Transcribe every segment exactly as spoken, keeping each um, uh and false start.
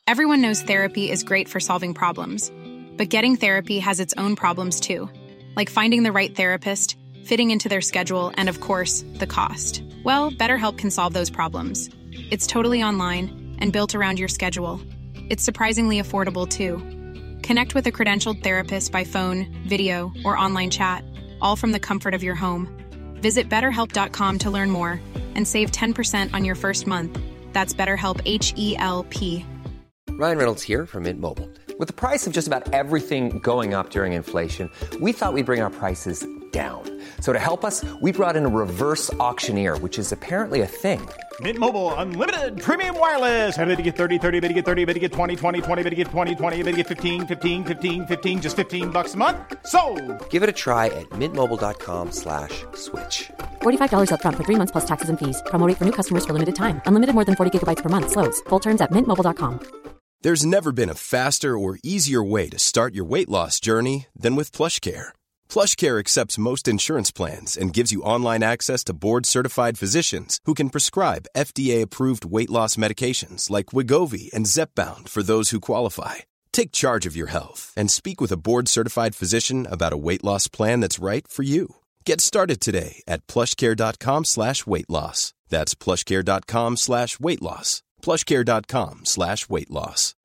Everyone knows therapy is great for solving problems, but getting therapy has its own problems too, like finding the right therapist, fitting into their schedule, and of course, the cost. Well, BetterHelp can solve those problems. It's totally online and built around your schedule. It's surprisingly affordable too. Connect with a credentialed therapist by phone, video, or online chat, all from the comfort of your home. Visit better help dot com to learn more and save ten percent on your first month. That's BetterHelp, H E L P. Ryan Reynolds here from Mint Mobile. With the price of just about everything going up during inflation, we thought we'd bring our prices down. So to help us, we brought in a reverse auctioneer, which is apparently a thing. Mint Mobile Unlimited Premium Wireless. How to get thirty, thirty, how to get thirty, how to get twenty, twenty, twenty, how to get twenty, twenty, how to get fifteen, fifteen, fifteen, fifteen, just fifteen bucks a month? Sold! Give it a try at mintmobile.com slash switch. forty-five dollars up front for three months plus taxes and fees. Promo rate for new customers for limited time. Unlimited more than forty gigabytes per month. Slows full terms at mint mobile dot com. There's never been a faster or easier way to start your weight loss journey than with PlushCare. PlushCare accepts most insurance plans and gives you online access to board-certified physicians who can prescribe F D A-approved weight loss medications like Wegovy and Zepbound for those who qualify. Take charge of your health and speak with a board-certified physician about a weight loss plan that's right for you. Get started today at plushcare.com slash weight loss. That's plushcare.com slash weight loss. plushcare.com slash weight loss.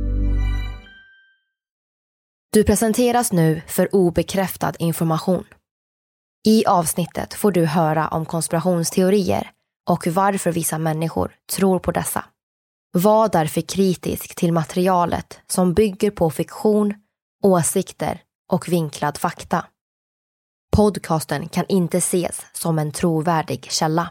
Du presenteras nu för obekräftad information. I avsnittet får du höra om konspirationsteorier och varför vissa människor tror på dessa. Var därför kritisk till materialet som bygger på fiktion, åsikter och vinklad fakta. Podcasten kan inte ses som en trovärdig källa.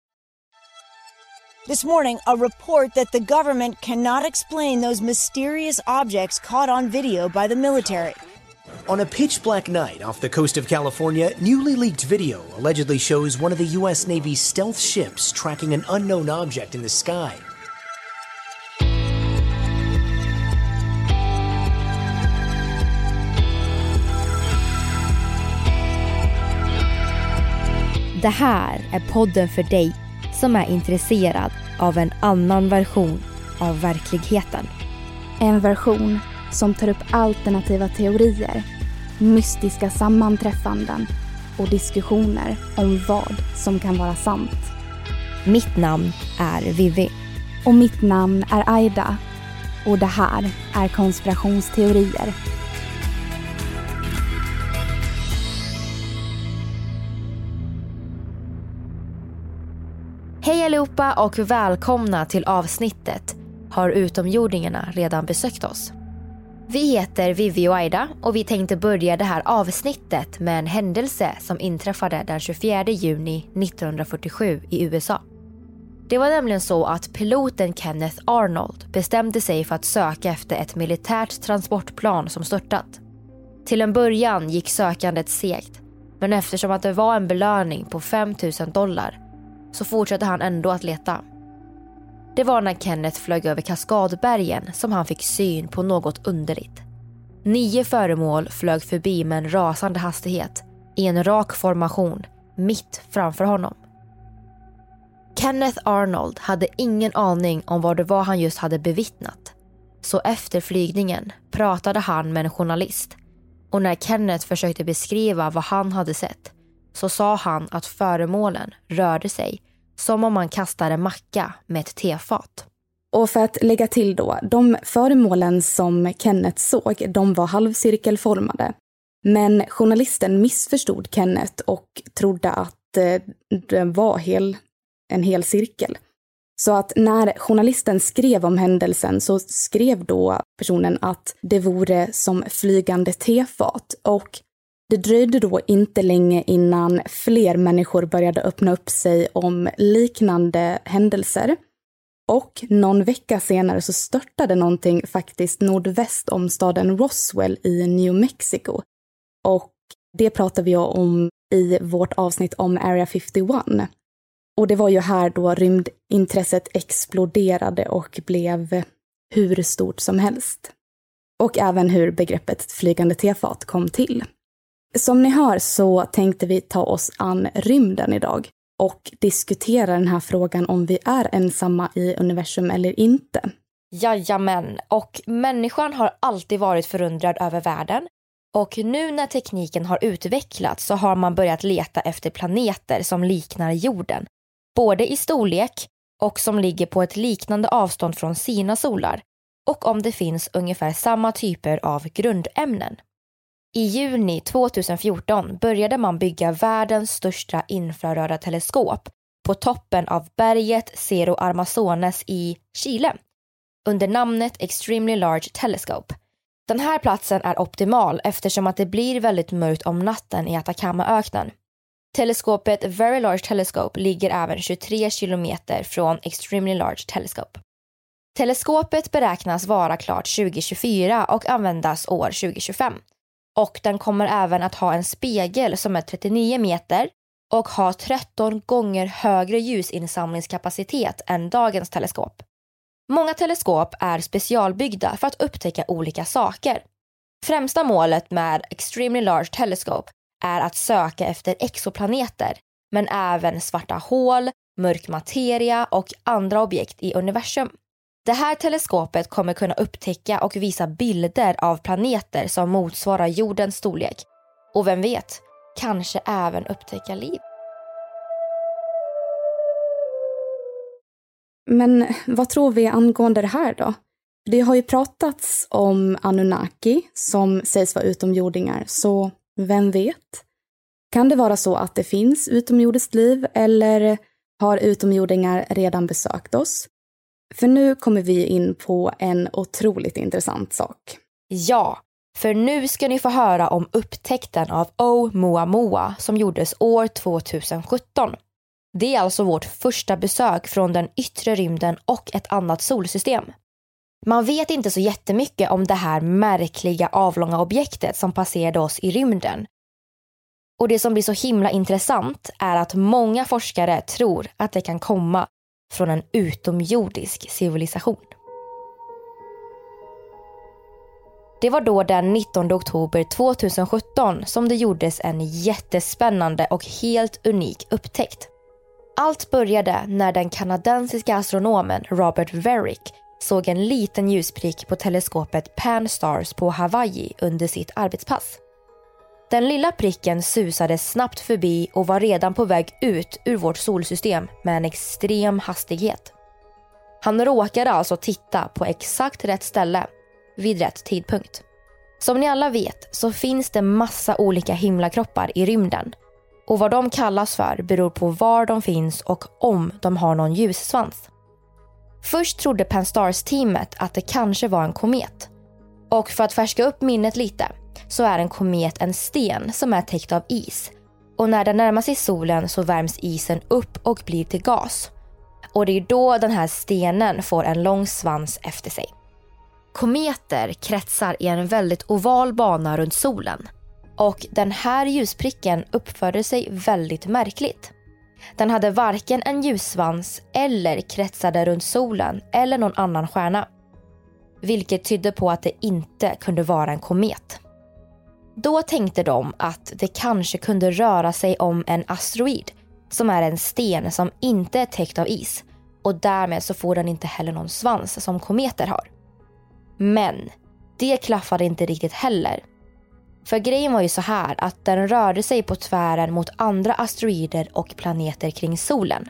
This morning, a report that the government cannot explain those mysterious objects caught on video by the military. On a pitch black night off the coast of California, newly leaked video allegedly shows one of the U S Navy's stealth ships tracking an unknown object in the sky. Det här är podden för dig som är intresserad av en annan version av verkligheten. En version som tar upp alternativa teorier, mystiska sammanträffanden och diskussioner om vad som kan vara sant. Mitt namn är Vivi. Och mitt namn är Aida. Och det här är konspirationsteorier. Hej allihopa och välkomna till avsnittet. Har utomjordingarna redan besökt oss? Vi heter Vivi och Aida och vi tänkte börja det här avsnittet med en händelse som inträffade den tjugofjärde juni nittonhundrafyrtiosju i U S A. Det var nämligen så att piloten Kenneth Arnold bestämde sig för att söka efter ett militärt transportplan som störtat. Till en början gick sökandet segt, men eftersom att det var en belöning på fem tusen dollar så fortsatte han ändå att leta. Det var när Kenneth flög över Kaskadbergen som han fick syn på något underligt. Nio föremål flög förbi med en rasande hastighet i en rak formation mitt framför honom. Kenneth Arnold hade ingen aning om vad det var han just hade bevittnat. Så efter flygningen pratade han med en journalist. Och när Kenneth försökte beskriva vad han hade sett så sa han att föremålen rörde sig som om man kastade macka med ett tefat. Och för att lägga till då, de föremålen som Kenneth såg, de var halvcirkelformade. Men journalisten missförstod Kenneth och trodde att eh, det var hel, en hel cirkel. Så att när journalisten skrev om händelsen så skrev då personen att det vore som flygande tefat. Och det dröjde då inte länge innan fler människor började öppna upp sig om liknande händelser. Och någon vecka senare så störtade någonting faktiskt nordväst om staden Roswell i New Mexico. Och det pratar vi om i vårt avsnitt om Area femtioett. Och det var ju här då rymdintresset exploderade och blev hur stort som helst. Och även hur begreppet flygande tefat kom till. Som ni hör så tänkte vi ta oss an rymden idag och diskutera den här frågan om vi är ensamma i universum eller inte. Jajamän, och människan har alltid varit förundrad över världen. Och nu när tekniken har utvecklats så har man börjat leta efter planeter som liknar jorden. Både i storlek och som ligger på ett liknande avstånd från sina solar. Och om det finns ungefär samma typer av grundämnen. I juni tjugohundrafjorton började man bygga världens största infraröda teleskop på toppen av berget Cerro Armazones i Chile under namnet Extremely Large Telescope. Den här platsen är optimal eftersom att det blir väldigt mörkt om natten i Atacamaöknen. Teleskopet Very Large Telescope ligger även tjugotre kilometer från Extremely Large Telescope. Teleskopet beräknas vara klart tjugohundratjugofyra och användas år tjugohundratjugofem. Och den kommer även att ha en spegel som är trettionio meter och har tretton gånger högre ljusinsamlingskapacitet än dagens teleskop. Många teleskop är specialbyggda för att upptäcka olika saker. Främsta målet med Extremely Large Telescope är att söka efter exoplaneter, men även svarta hål, mörk materia och andra objekt i universum. Det här teleskopet kommer kunna upptäcka och visa bilder av planeter som motsvarar jordens storlek. Och vem vet, kanske även upptäcka liv. Men vad tror vi angående det här då? Det har ju pratats om Anunnaki som sägs vara utomjordingar, så vem vet? Kan det vara så att det finns utomjordiskt liv eller har utomjordingar redan besökt oss? För nu kommer vi in på en otroligt intressant sak. Ja, för nu ska ni få höra om upptäckten av Oumuamua som gjordes år tjugosjutton. Det är alltså vårt första besök från den yttre rymden och ett annat solsystem. Man vet inte så jättemycket om det här märkliga avlånga objektet som passerade oss i rymden. Och det som blir så himla intressant är att många forskare tror att det kan komma från en utomjordisk civilisation. Det var då den nittonde oktober tjugosjutton som det gjordes en jättespännande och helt unik upptäckt. Allt började när den kanadensiska astronomen Robert Verick såg en liten ljusprick på teleskopet Pan-STARRS på Hawaii under sitt arbetspass. Den lilla pricken susade snabbt förbi och var redan på väg ut ur vårt solsystem med en extrem hastighet. Han råkade alltså titta på exakt rätt ställe vid rätt tidpunkt. Som ni alla vet så finns det massa olika himlakroppar i rymden. Och vad de kallas för beror på var de finns och om de har någon ljussvans. Först trodde Pan-STARRS-teamet att det kanske var en komet. Och för att färska upp minnet lite så är en komet en sten som är täckt av is. Och när den närmar sig solen så värms isen upp och blir till gas. Och det är då den här stenen får en lång svans efter sig. Kometer kretsar i en väldigt oval bana runt solen. Och den här ljuspricken uppförde sig väldigt märkligt. Den hade varken en ljussvans eller kretsade runt solen eller någon annan stjärna. Vilket tydde på att det inte kunde vara en komet. Då tänkte de att det kanske kunde röra sig om en asteroid som är en sten som inte är täckt av is. Och därmed så får den inte heller någon svans som kometer har. Men det klaffade inte riktigt heller. För grejen var ju så här att den rörde sig på tvären mot andra asteroider och planeter kring solen.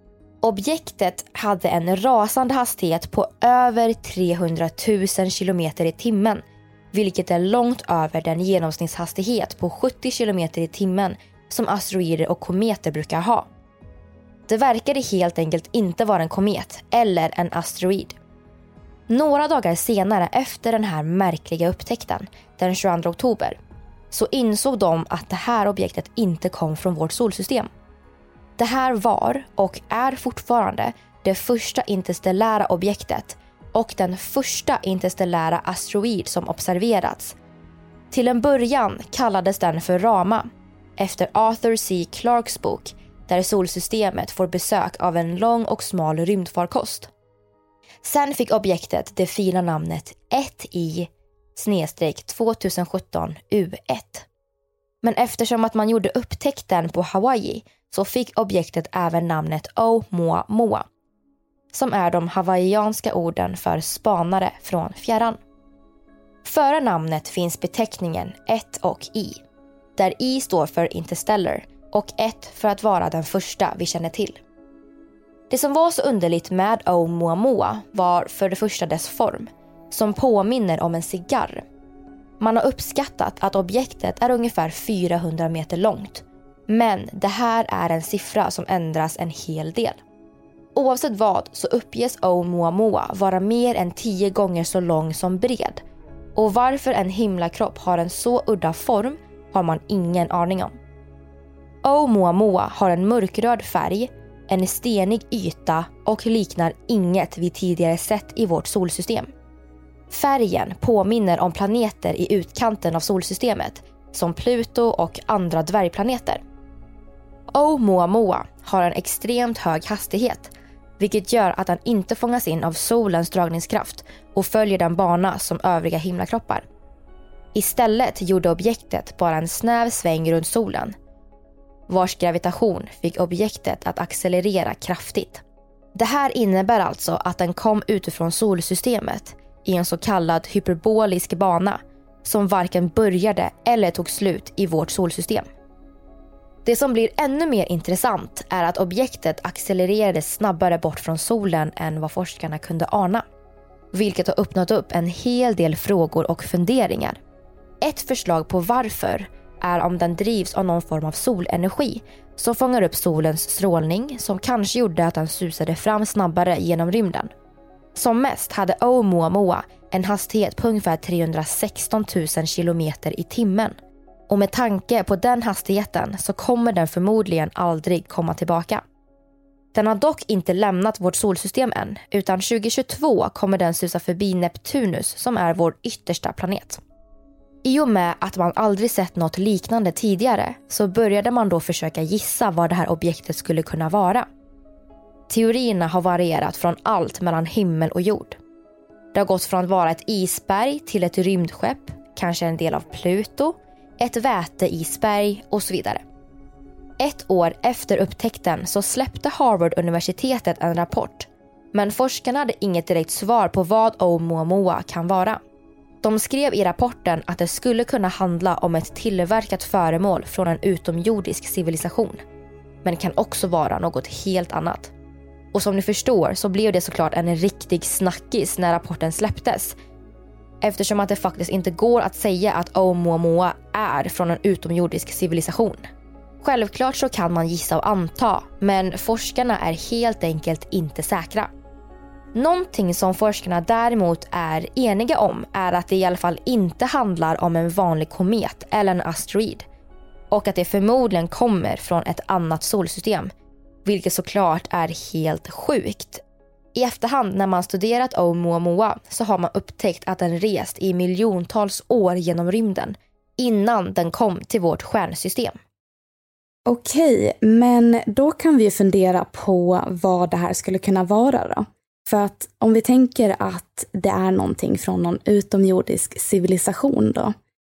Objektet hade en rasande hastighet på över trehundratusen kilometer i timmen, vilket är långt över den genomsnittshastighet på sjuttio kilometer i timmen som asteroider och kometer brukar ha. Det verkade helt enkelt inte vara en komet eller en asteroid. Några dagar senare efter den här märkliga upptäckten, den tjugoandra oktober, så insåg de att det här objektet inte kom från vårt solsystem. Det här var och är fortfarande det första interstellära objektet och den första interstellära asteroid som observerats. Till en början kallades den för Rama, efter Arthur C. Clarkes bok där solsystemet får besök av en lång och smal rymdfarkost. Sen fick objektet det fina namnet ett i tjugosjutton U ett. Men eftersom att man gjorde upptäckten på Hawaii så fick objektet även namnet Oumuamua. som är de hawaiianska orden för spanare från fjärran. Före namnet finns beteckningen ett och i, där i står för interstellar och ett för att vara den första vi känner till. Det som var så underligt med Oumuamua var för det första dess form, som påminner om en cigarr. Man har uppskattat att objektet är ungefär fyrahundra meter långt, men det här är en siffra som ändras en hel del. Oavsett vad så uppges Oumuamua vara mer än tio gånger så lång som bred, och varför en himlakropp har en så udda form har man ingen aning om. Oumuamua har en mörkröd färg, en stenig yta och liknar inget vi tidigare sett i vårt solsystem. Färgen påminner om planeter i utkanten av solsystemet, som Pluto och andra dvärgplaneter. Oumuamua har en extremt hög hastighet, vilket gör att den inte fångas in av solens dragningskraft och följer den bana som övriga himlakroppar. Istället gjorde objektet bara en snäv sväng runt solen, vars gravitation fick objektet att accelerera kraftigt. Det här innebär alltså att den kom utifrån solsystemet i en så kallad hyperbolisk bana som varken började eller tog slut i vårt solsystem. Det som blir ännu mer intressant är att objektet accelererade snabbare bort från solen än vad forskarna kunde ana, vilket har öppnat upp en hel del frågor och funderingar. Ett förslag på varför är om den drivs av någon form av solenergi som fångar upp solens strålning, som kanske gjorde att den susade fram snabbare genom rymden. Som mest hade Oumuamua en hastighet på ungefär trehundrasexton tusen kilometer i timmen. Och med tanke på den hastigheten så kommer den förmodligen aldrig komma tillbaka. Den har dock inte lämnat vårt solsystem än, utan tjugohundratjugotvå kommer den susa förbi Neptunus som är vår yttersta planet. I och med att man aldrig sett något liknande tidigare så började man då försöka gissa vad det här objektet skulle kunna vara. Teorierna har varierat från allt mellan himmel och jord. Det har gått från att vara ett isberg till ett rymdskepp, kanske en del av Pluto, ett väteisberg och så vidare. Ett år efter upptäckten så släppte Harvard-universitetet en rapport, men forskarna hade inget direkt svar på vad Oumuamua kan vara. De skrev i rapporten att det skulle kunna handla om ett tillverkat föremål från en utomjordisk civilisation, men kan också vara något helt annat. Och som ni förstår så blev det såklart en riktig snackis när rapporten släpptes, eftersom att det faktiskt inte går att säga att Oumuamua är från en utomjordisk civilisation. Självklart så kan man gissa och anta, men forskarna är helt enkelt inte säkra. Någonting som forskarna däremot är eniga om är att det i alla fall inte handlar om en vanlig komet eller en asteroid, och att det förmodligen kommer från ett annat solsystem, vilket såklart är helt sjukt. I efterhand när man studerat Oumuamua så har man upptäckt att den rest i miljontals år genom rymden innan den kom till vårt stjärnsystem. Okej, men då kan vi ju fundera på vad det här skulle kunna vara då. För att om vi tänker att det är någonting från någon utomjordisk civilisation då,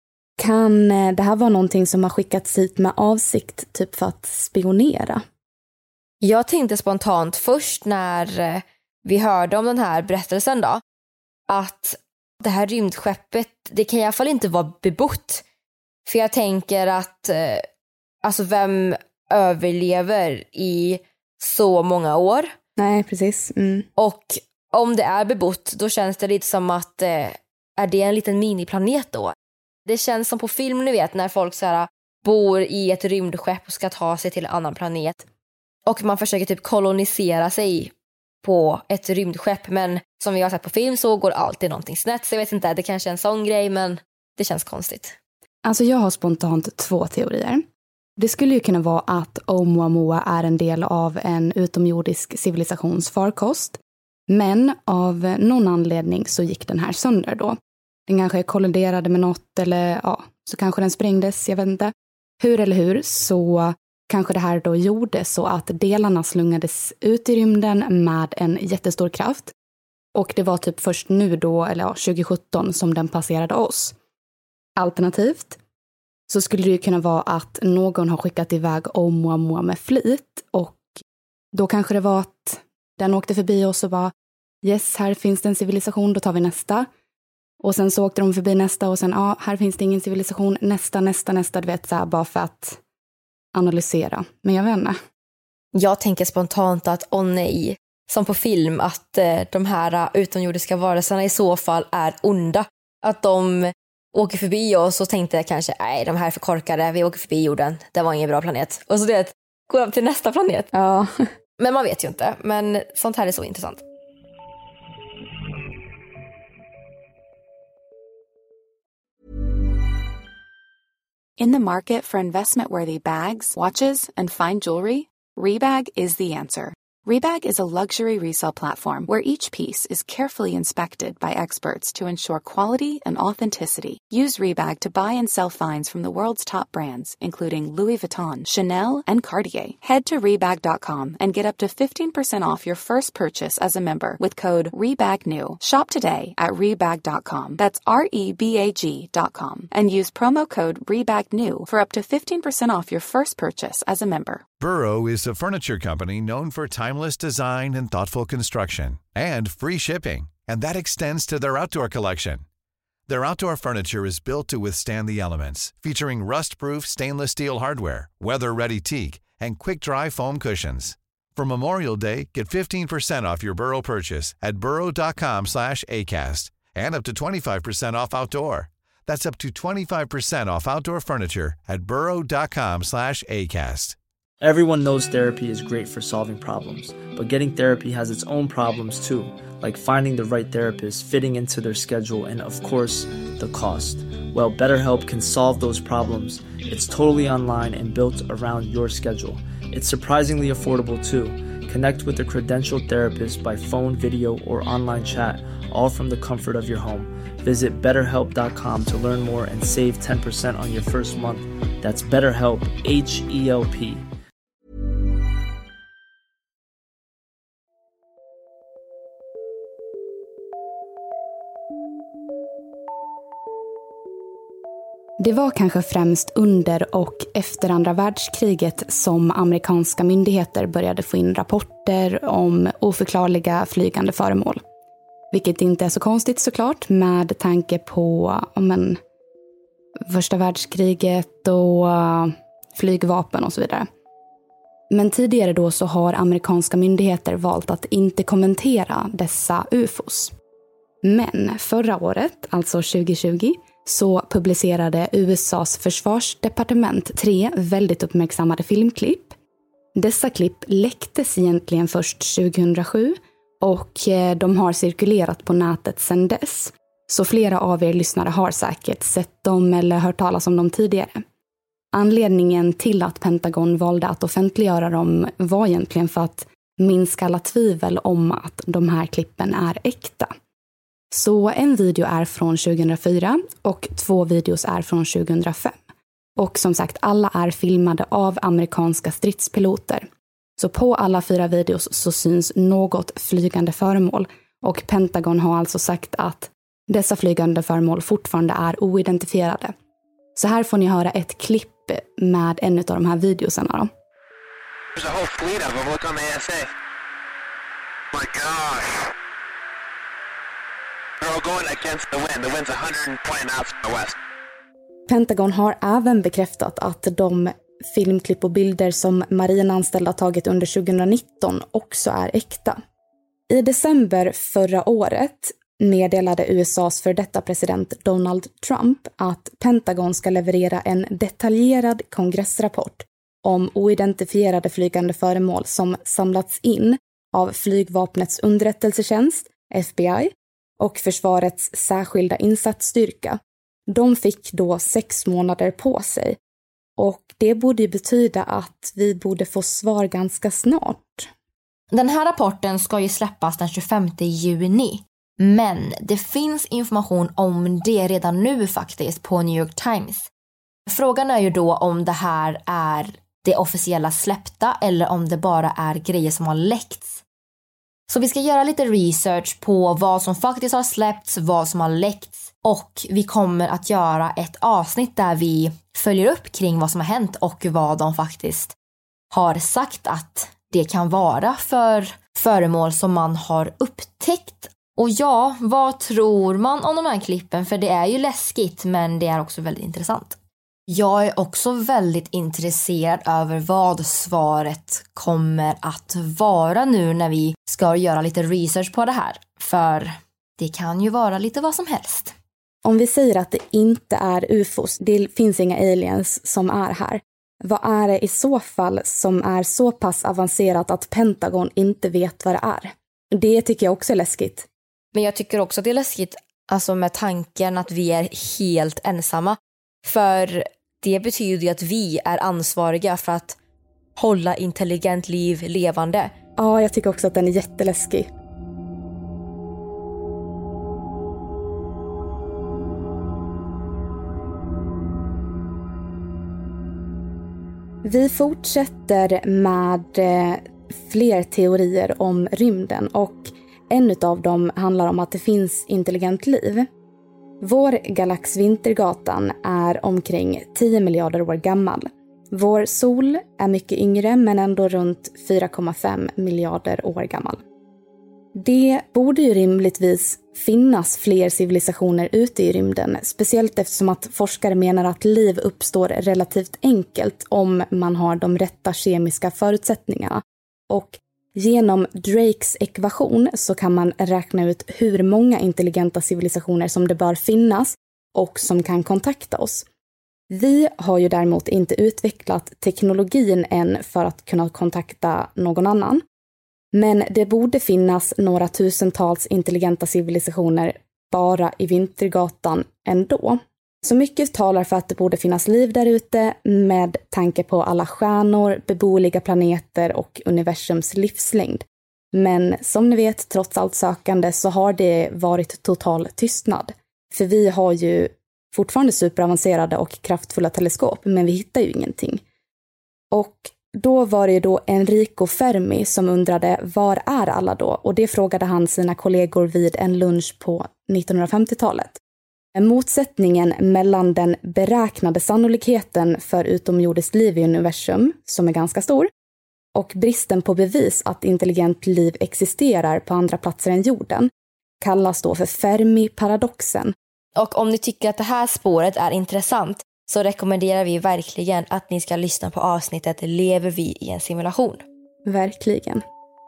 kan det här vara någonting som har skickats hit med avsikt typ för att spionera? Jag tänkte spontant först när vi hörde om den här berättelsen då, att det här rymdskeppet, det kan i alla fall inte vara bebott. För jag tänker att eh, alltså vem överlever i så många år? Nej, precis. Mm. Och om det är bebott, då känns det lite som att eh, är det en liten miniplanet då? Det känns som på film, ni vet, när folk så här, bor i ett rymdskepp och ska ta sig till en annan planet. Och man försöker typ kolonisera sig på ett rymdskepp. Men som vi har sett på film så går alltid någonting snett. Så jag vet inte, det kanske är en sån grej, men det känns konstigt. Alltså jag har spontant två teorier. Det skulle ju kunna vara att Oumuamua är en del av en utomjordisk civilisations farkost. Men av någon anledning så gick den här sönder då. Den kanske kolliderade med något eller ja, så kanske den sprängdes, jag vet inte. Hur eller hur så kanske det här då gjorde så att delarna slungades ut i rymden med en jättestor kraft. Och det var typ först nu då, eller ja, tjugohundrasjutton som den passerade oss. Alternativt så skulle det ju kunna vara att någon har skickat iväg Oumuamua med flit. Och då kanske det var att Den åkte förbi oss och bara, yes, här finns det en civilisation, då tar vi nästa. Och sen så åkte de förbi nästa och sen, ja, här finns det ingen civilisation, nästa, nästa, nästa, du vet, så här, bara för att analysera. Men jag vet inte. Jag tänker spontant att, åh nej, som på film, att eh, de här utomjordiska varelserna i så fall är onda. Att de åker förbi oss och tänkte kanske, nej, de här är för korkade, vi åker förbi jorden, det var ingen bra planet. Och så det går upp till nästa planet. Ja. Men man vet ju inte, men sånt här är så intressant. In the market for investment-worthy bags, watches, and fine jewelry, Rebag is the answer. Rebag is a luxury resale platform where each piece is carefully inspected by experts to ensure quality and authenticity. Use Rebag to buy and sell finds from the world's top brands, including Louis Vuitton, Chanel, and Cartier. Head to Rebag dot com and get up to fifteen percent off your first purchase as a member with code REBAGNEW. Shop today at Rebag dot com. That's R E B A G dot com. And use promo code REBAGNEW for up to fifteen percent off your first purchase as a member. Burrow is a furniture company known for timeless design and thoughtful construction, and free shipping, and that extends to their outdoor collection. Their outdoor furniture is built to withstand the elements, featuring rust-proof stainless steel hardware, weather-ready teak, and quick-dry foam cushions. For Memorial Day, get fifteen percent off your Burrow purchase at burrow dot com slash acast, and up to twenty-five percent off outdoor. That's up to twenty-five percent off outdoor furniture at burrow dot com slash acast. Everyone knows therapy is great for solving problems, but getting therapy has its own problems too, like finding the right therapist, fitting into their schedule, and of course, the cost. Well, BetterHelp can solve those problems. It's totally online and built around your schedule. It's surprisingly affordable too. Connect with a credentialed therapist by phone, video, or online chat, all from the comfort of your home. Visit better help dot com to learn more and save ten percent on your first month. That's BetterHelp, H E L P. Det var kanske främst under och efter andra världskriget som amerikanska myndigheter började få in rapporter om oförklarliga flygande föremål. Vilket inte är så konstigt såklart med tanke på men, första världskriget och flygvapen och så vidare. Men tidigare då så har amerikanska myndigheter valt att inte kommentera dessa U F Os. Men förra året, alltså tjugo tjugo, så publicerade U S A:s försvarsdepartement tre väldigt uppmärksammade filmklipp. Dessa klipp läcktes egentligen först tjugohundrasju och de har cirkulerat på nätet sedan dess. Så flera av er lyssnare har säkert sett dem eller hört talas om dem tidigare. Anledningen till att Pentagon valde att offentliggöra dem var egentligen för att minska alla tvivel om att de här klippen är äkta. Så en video är från tjugohundrafyra och två videos är från tjugohundrafem. Och som sagt, alla är filmade av amerikanska stridspiloter. Så på alla fyra videos så syns något flygande föremål. Och Pentagon har alltså sagt att dessa flygande föremål fortfarande är oidentifierade. Så här får ni höra ett klipp med en av de här videosarna då. There's a whole fleet of them. Look on the A S A. My gosh. They're all going against the wind. The wind's one hundred twenty knots from the west. Pentagon har även bekräftat att de filmklipp och bilder som marinanställda tagit under tjugonitton också är äkta. I december förra året meddelade U S A:s för detta president Donald Trump att Pentagon ska leverera en detaljerad kongressrapport om oidentifierade flygande föremål som samlats in av flygvapnets underrättelsetjänst, F B I, och försvarets särskilda insatsstyrka. De fick då sex månader på sig. Och det borde betyda att vi borde få svar ganska snart. Den här rapporten ska ju släppas den tjugofemte juni. Men det finns information om det redan nu faktiskt på New York Times. Frågan är ju då om det här är det officiella släppta eller om det bara är grejer som har läckts. Så vi ska göra lite research på vad som faktiskt har släppts, vad som har läckts. Och vi kommer att göra ett avsnitt där vi följer upp kring vad som har hänt och vad de faktiskt har sagt att det kan vara för föremål som man har upptäckt. Och ja, vad tror man om de här klippen? För det är ju läskigt, men det är också väldigt intressant. Jag är också väldigt intresserad över vad svaret kommer att vara nu när vi ska göra lite research på det här. För det kan ju vara lite vad som helst. Om vi säger att det inte är U F Os, det finns inga aliens som är här. Vad är det i så fall som är så pass avancerat att Pentagon inte vet vad det är? Det tycker jag också är läskigt. Men jag tycker också att det är läskigt alltså med tanken att vi är helt ensamma. För det betyder ju att vi är ansvariga för att hålla intelligent liv levande. Ja, jag tycker också att den är jätteläskig. Vi fortsätter med fler teorier om rymden och en av dem handlar om att det finns intelligent liv. Vår galax Vintergatan är omkring tio miljarder år gammal. Vår sol är mycket yngre men ändå runt fyra komma fem miljarder år gammal. Det borde ju rimligtvis finnas fler civilisationer ute i rymden, speciellt eftersom att forskare menar att liv uppstår relativt enkelt om man har de rätta kemiska förutsättningarna. Och genom Drakes ekvation så kan man räkna ut hur många intelligenta civilisationer som det bör finnas och som kan kontakta oss. Vi har ju däremot inte utvecklat teknologin än för att kunna kontakta någon annan. Men det borde finnas några tusentals intelligenta civilisationer bara i Vintergatan ändå. Så mycket talar för att det borde finnas liv där ute med tanke på alla stjärnor, beboeliga planeter och universums livslängd. Men som ni vet, trots allt sökande så har det varit total tystnad. För vi har ju fortfarande superavancerade och kraftfulla teleskop, men vi hittar ju ingenting. Och då var det ju då Enrico Fermi som undrade var är alla då? Och det frågade han sina kollegor vid en lunch på nittonhundrafemtiotalet. Motsättningen mellan den beräknade sannolikheten för utomjordiskt liv i universum, som är ganska stor, och bristen på bevis att intelligent liv existerar på andra platser än jorden, kallas då för Fermi-paradoxen. Och om ni tycker att det här spåret är intressant så rekommenderar vi verkligen att ni ska lyssna på avsnittet Lever vi i en simulation? Verkligen.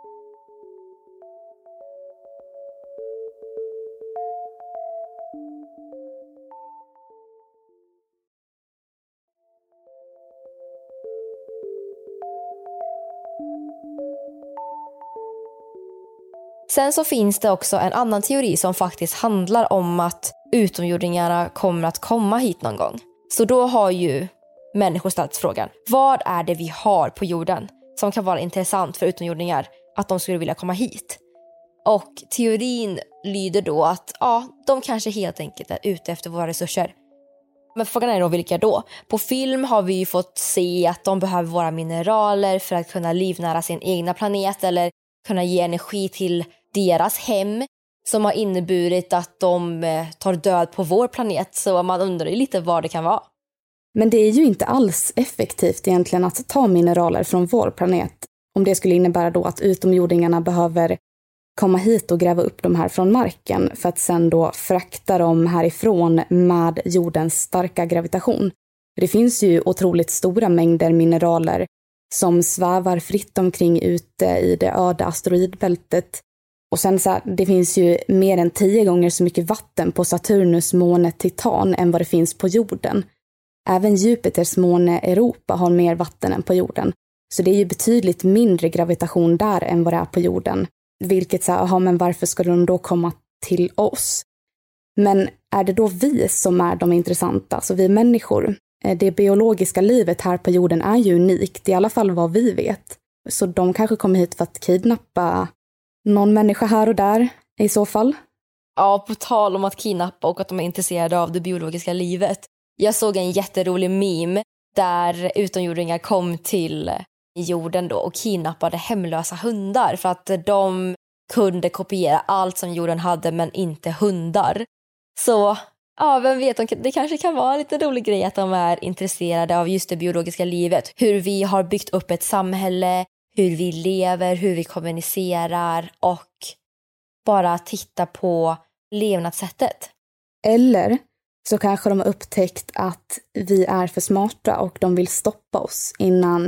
Sen så finns det också en annan teori som faktiskt handlar om att utomjordingarna kommer att komma hit någon gång. Så då har ju människor ställt frågan, vad är det vi har på jorden som kan vara intressant för utomjordingar att de skulle vilja komma hit? Och teorin lyder då att ja, de kanske helt enkelt är ute efter våra resurser. Men frågan är då vilka då? På film har vi ju fått se att de behöver våra mineraler för att kunna livnära sin egna planet eller kunna ge energi till deras hem, som har inneburit att de tar död på vår planet. Så man undrar ju lite vad det kan vara. Men det är ju inte alls effektivt egentligen att ta mineraler från vår planet. Om det skulle innebära då att utomjordingarna behöver komma hit och gräva upp de här från marken för att sen då frakta dem härifrån med jordens starka gravitation. Det finns ju otroligt stora mängder mineraler som svävar fritt omkring ute i det öde asteroidbältet. Och sen så här, det finns ju mer än tio gånger så mycket vatten på Saturnus måne Titan än vad det finns på jorden. Även Jupiters måne Europa har mer vatten än på jorden. Så det är ju betydligt mindre gravitation där än vad det är på jorden. Vilket så här, aha, men varför skulle de då komma till oss? Men är det då vi som är de intressanta, alltså vi människor? Det biologiska livet här på jorden är ju unikt, i alla fall vad vi vet. Så de kanske kommer hit för att kidnappa någon människa här och där i så fall. Ja, på tal om att kidnappa och att de är intresserade av det biologiska livet. Jag såg en jätterolig meme där utomjordingar kom till jorden då och kidnappade hemlösa hundar för att de kunde kopiera allt som jorden hade men inte hundar. Så ja, vem vet, det kanske kan vara en lite rolig grej att de är intresserade av just det biologiska livet. Hur vi har byggt upp ett samhälle, hur vi lever, hur vi kommunicerar och bara titta på levnadssättet. Eller så kanske de har upptäckt att vi är för smarta och de vill stoppa oss innan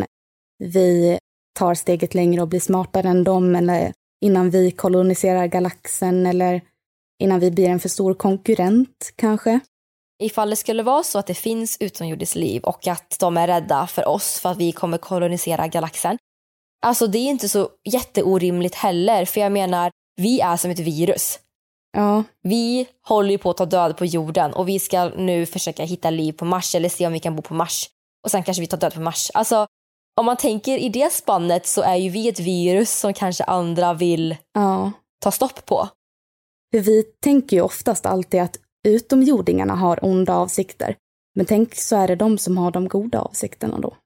vi tar steget längre och blir smartare än dem, eller innan vi koloniserar galaxen, eller innan vi blir en för stor konkurrent kanske. Ifall det skulle vara så att det finns utomjordiskt liv och att de är rädda för oss för att vi kommer kolonisera galaxen. Alltså det är inte så jätteorimligt heller, för jag menar, vi är som ett virus. Ja. Vi håller ju på att ta död på jorden och vi ska nu försöka hitta liv på Mars eller se om vi kan bo på Mars. Och sen kanske vi tar död på Mars. Alltså, om man tänker i det spannet så är ju vi ett virus som kanske andra vill ja. ta stopp på. För vi tänker ju oftast alltid att utomjordingarna har onda avsikter. Men tänk så är det de som har de goda avsikterna då.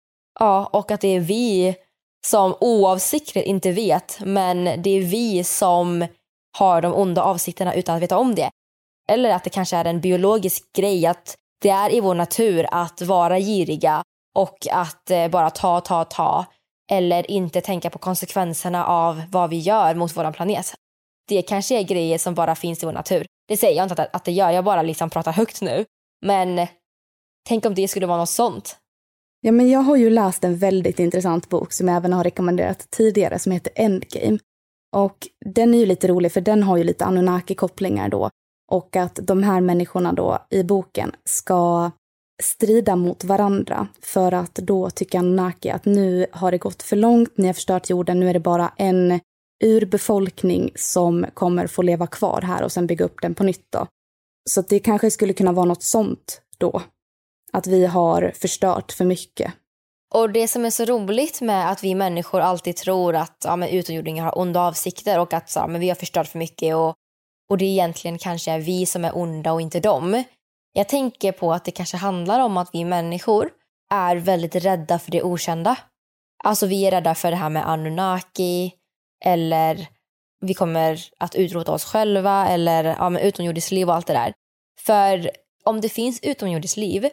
Ja, och att det är vi som oavsiktligt inte vet, men det är vi som har de onda avsikterna utan att veta om det. Eller att det kanske är en biologisk grej, att det är i vår natur att vara giriga och att eh, bara ta, ta, ta. Eller inte tänka på konsekvenserna av vad vi gör mot vår planet. Det kanske är grejer som bara finns i vår natur. Det säger jag inte att, att det gör, jag bara liksom pratar högt nu. Men tänk om det skulle vara något sånt. Ja, men jag har ju läst en väldigt intressant bok som jag även har rekommenderat tidigare som heter Endgame. Och den är ju lite rolig för den har ju lite Anunnaki-kopplingar då. Och att de här människorna då i boken ska strida mot varandra för att då tycker Anunnaki att nu har det gått för långt, ni har förstört jorden, nu är det bara en urbefolkning som kommer få leva kvar här och sen bygga upp den på nytt då. Så att det kanske skulle kunna vara något sånt då. Att vi har förstört för mycket. Och det som är så roligt med att vi människor alltid tror att ja, men utomjordingar har onda avsikter och att så, men vi har förstört för mycket och, och det egentligen kanske är vi som är onda och inte dem. Jag tänker på att det kanske handlar om att vi människor är väldigt rädda för det okända. Alltså vi är rädda för det här med Anunnaki, eller vi kommer att utrota oss själva, eller ja, med utomjordiskt liv och allt det där. För om det finns utomjordiskt liv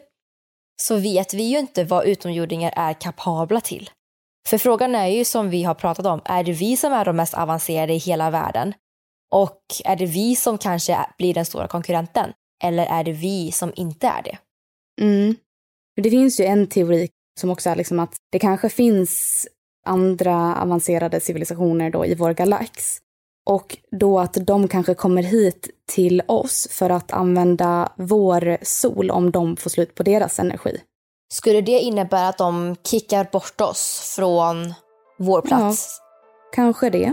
så vet vi ju inte vad utomjordingar är kapabla till. För frågan är ju, som vi har pratat om, är det vi som är de mest avancerade i hela världen? Och är det vi som kanske blir den stora konkurrenten? Eller är det vi som inte är det? Mm. Det finns ju en teori som också är liksom att det kanske finns andra avancerade civilisationer då i vår galax. Och då att de kanske kommer hit till oss för att använda vår sol om de får slut på deras energi. Skulle det innebära att de kickar bort oss från vår plats? Ja, kanske det.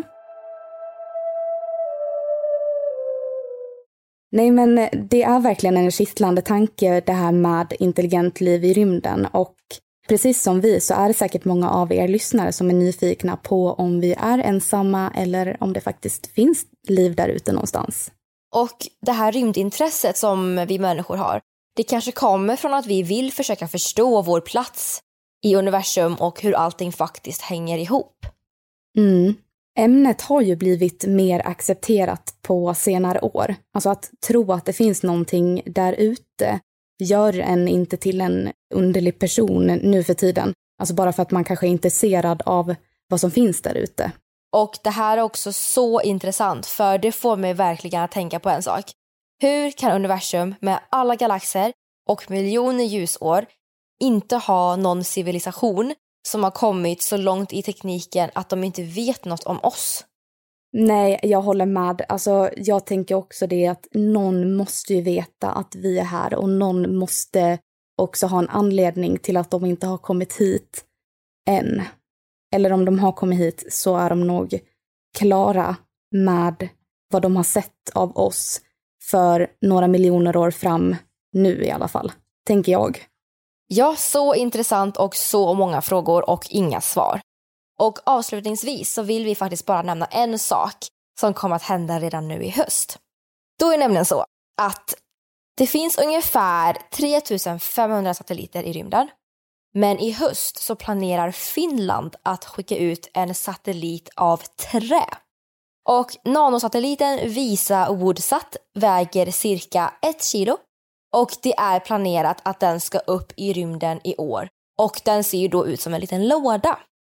Nej, men det är verkligen en kittlande tanke det här med intelligent liv i rymden. Och precis som vi så är det säkert många av er lyssnare som är nyfikna på om vi är ensamma eller om det faktiskt finns liv där ute någonstans. Och det här rymdintresset som vi människor har, det kanske kommer från att vi vill försöka förstå vår plats i universum och hur allting faktiskt hänger ihop. Mm. Ämnet har ju blivit mer accepterat på senare år. Alltså att tro att det finns någonting där ute gör en inte till en underlig person nu för tiden. Alltså bara för att man kanske är intresserad av vad som finns där ute. Och det här är också så intressant, för det får mig verkligen att tänka på en sak. Hur kan universum med alla galaxer och miljoner ljusår inte ha någon civilisation som har kommit så långt i tekniken att de inte vet något om oss? Nej, jag håller med. Alltså, jag tänker också det att någon måste ju veta att vi är här och någon måste också ha en anledning till att de inte har kommit hit än. Eller om de har kommit hit så är de nog klara med vad de har sett av oss för några miljoner år fram nu i alla fall, tänker jag. Ja, så intressant och så många frågor och inga svar. Och avslutningsvis så vill vi faktiskt bara nämna en sak som kommer att hända redan nu i höst. Då är det nämligen så att det finns ungefär tre tusen femhundra satelliter i rymden. Men i höst så planerar Finland att skicka ut en satellit av trä. Och nanosatelliten Visa Woodsat väger cirka ett kilo. Och det är planerat att den ska upp i rymden i år. Och den ser ju då ut som en liten låda.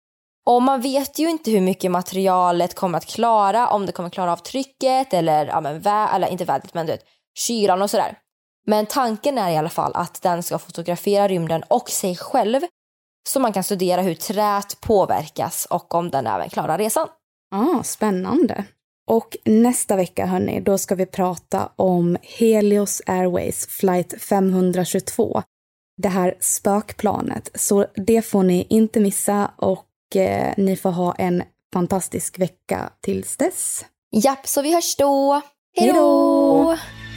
Och man vet ju inte hur mycket materialet kommer att klara, om det kommer att klara av trycket eller, ja, men vä- eller inte vädret, men du vet, kylan och sådär. Men tanken är i alla fall att den ska fotografera rymden och sig själv, så man kan studera hur träet påverkas och om den även klarar resan. Ah, spännande. Och nästa vecka, hörni, då ska vi prata om Helios Airways flight femhundratjugotvå. Det här spökplanet. Så det får ni inte missa, och eh, ni får ha en fantastisk vecka tills dess. Japp, så vi hörs då. Hej då!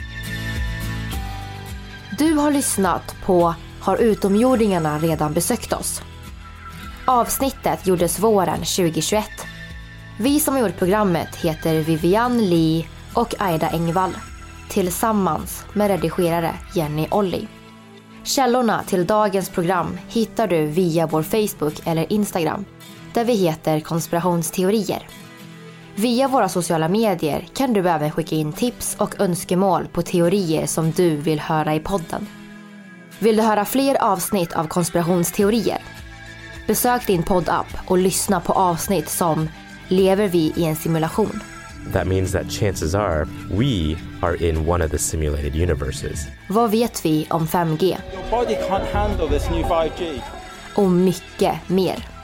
Du har lyssnat på Har utomjordingarna redan besökt oss? Avsnittet gjordes våren tjugohundratjugoett. Vi som har gjort programmet heter Vivian Lee och Aida Engvall, tillsammans med redigerare Jenny Olli. Källorna till dagens program hittar du via vår Facebook eller Instagram, där vi heter Konspirationsteorier. Via våra sociala medier kan du även skicka in tips och önskemål på teorier som du vill höra i podden. Vill du höra fler avsnitt av Konspirationsteorier? Besök din poddapp och lyssna på avsnitt som Lever vi i en simulation? That means that chances are we are in one of the simulated universes. Vad vet vi om fem G? Your body can't handle this new five G. Och mycket mer.